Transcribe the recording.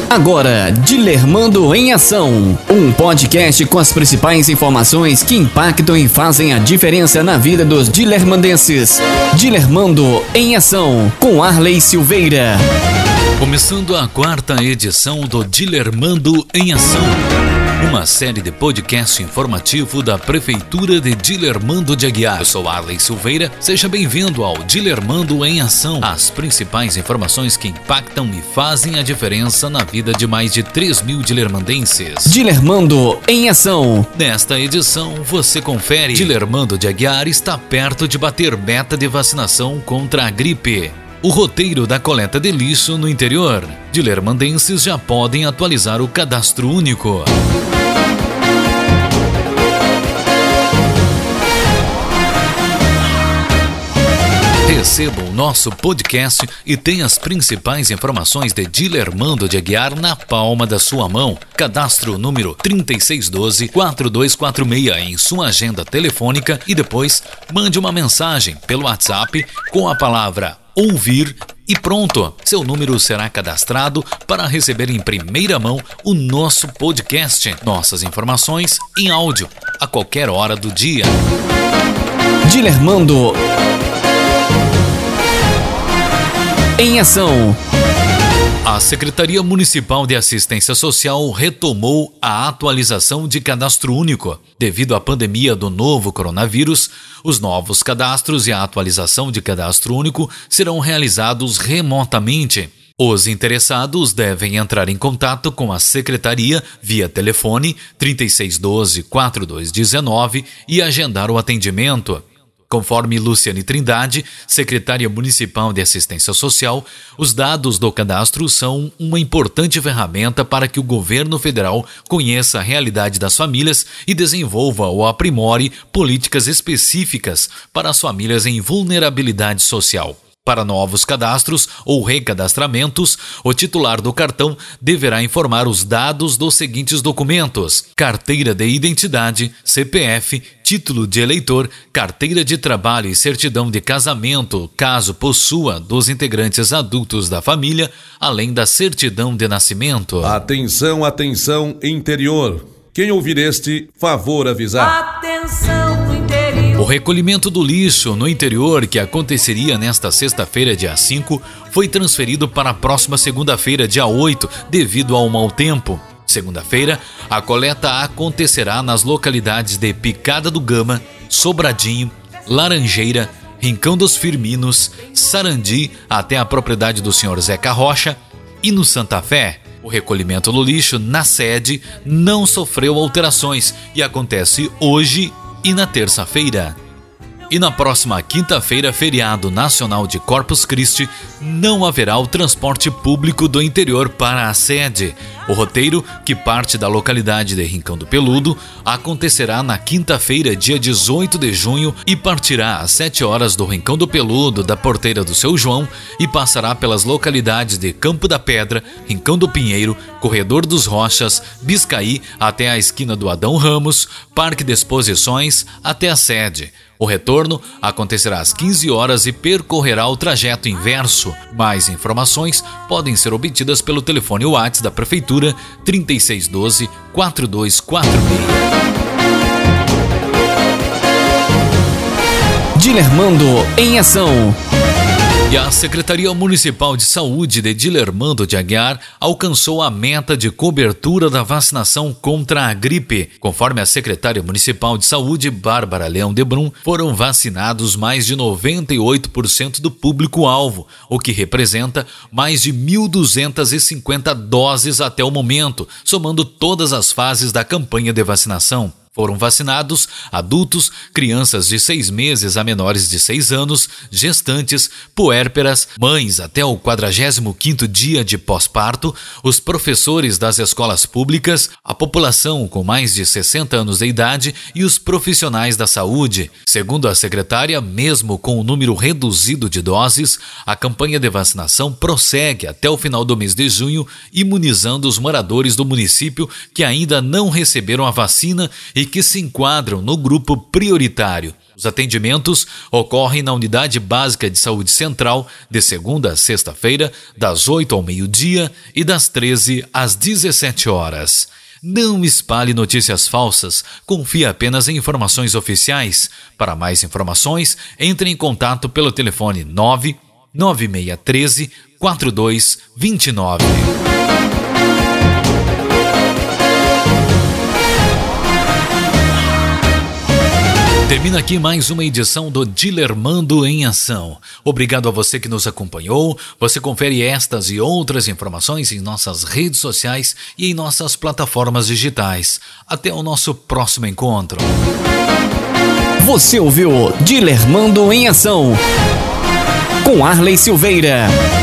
Agora, Dilermando em Ação, um podcast com as principais informações que impactam e fazem a diferença na vida dos dilermandenses. Dilermando em Ação, com Arley Silveira. Começando a 4ª edição do Dilermando em Ação, uma série de podcast informativo da Prefeitura de Dilermando de Aguiar. Eu sou Arley Silveira, seja bem-vindo ao Dilermando em Ação, as principais informações que impactam e fazem a diferença na vida de mais de 3.000 dilermandenses. Dilermando em Ação. Nesta edição, você confere: Dilermando de Aguiar está perto de bater meta de vacinação contra a gripe. O roteiro da coleta de lixo no interior. Dilermandenses já podem atualizar o cadastro único. Receba o nosso podcast e tenha as principais informações de Dilermando de Aguiar na palma da sua mão. Cadastro número 3612-4246 em sua agenda telefônica e depois mande uma mensagem pelo WhatsApp com a palavra ouvir e pronto, seu número será cadastrado para receber em primeira mão o nosso podcast, nossas informações em áudio, a qualquer hora do dia. Dilermando em Ação. A Secretaria Municipal de Assistência Social retomou a atualização de cadastro único. Devido à pandemia do novo coronavírus, os novos cadastros e a atualização de cadastro único serão realizados remotamente. Os interessados devem entrar em contato com a Secretaria via telefone 3612-4219 e agendar o atendimento. Conforme Luciane Trindade, secretária municipal de assistência social, os dados do cadastro são uma importante ferramenta para que o governo federal conheça a realidade das famílias e desenvolva ou aprimore políticas específicas para as famílias em vulnerabilidade social. Para novos cadastros ou recadastramentos, o titular do cartão deverá informar os dados dos seguintes documentos: carteira de identidade, CPF, título de eleitor, carteira de trabalho e certidão de casamento, caso possua, dos integrantes adultos da família, além da certidão de nascimento. Atenção, atenção, interior. Quem ouvir este, favor avisar. Atenção do interior. O recolhimento do lixo no interior, que aconteceria nesta sexta-feira, dia 5, foi transferido para a próxima segunda-feira, dia 8, devido ao mau tempo. Segunda-feira, a coleta acontecerá nas localidades de Picada do Gama, Sobradinho, Laranjeira, Rincão dos Firminos, Sarandi, até a propriedade do senhor Zeca Rocha, e no Santa Fé. O recolhimento do lixo na sede não sofreu alterações e acontece hoje e na terça-feira. E na próxima quinta-feira, feriado nacional de Corpus Christi, não haverá o transporte público do interior para a sede. O roteiro, que parte da localidade de Rincão do Peludo, acontecerá na quinta-feira, dia 18 de junho, e partirá às 7 horas do Rincão do Peludo, da Porteira do Seu João, e passará pelas localidades de Campo da Pedra, Rincão do Pinheiro, Corredor dos Rochas, Biscaí, até a esquina do Adão Ramos, Parque de Exposições, até a sede. O retorno acontecerá às 15 horas e percorrerá o trajeto inverso. Mais informações podem ser obtidas pelo telefone WhatsApp da Prefeitura 3612-4246. Dilermando em Ação. E a Secretaria Municipal de Saúde de Dilermando de Aguiar alcançou a meta de cobertura da vacinação contra a gripe. Conforme a secretária municipal de Saúde, Bárbara Leão de Brum, foram vacinados mais de 98% do público-alvo, o que representa mais de 1.250 doses até o momento, somando todas as fases da campanha de vacinação. Foram vacinados adultos, crianças de 6 meses a menores de 6 anos, gestantes, puérperas, mães até o 45º dia de pós-parto, os professores das escolas públicas, a população com mais de 60 anos de idade e os profissionais da saúde. Segundo a secretária, mesmo com o número reduzido de doses, a campanha de vacinação prossegue até o final do mês de junho, imunizando os moradores do município que ainda não receberam a vacina e e que se enquadram no grupo prioritário. Os atendimentos ocorrem na Unidade Básica de Saúde Central, de segunda a sexta-feira, das 8 ao meio-dia e das 13 às 17 horas. Não espalhe notícias falsas, confie apenas em informações oficiais. Para mais informações, entre em contato pelo telefone 99613 4229. Termina aqui mais uma edição do Dilermando em Ação. Obrigado a você que nos acompanhou. Você confere estas e outras informações em nossas redes sociais e em nossas plataformas digitais. Até o nosso próximo encontro. Você ouviu Dilermando em Ação com Arley Silveira.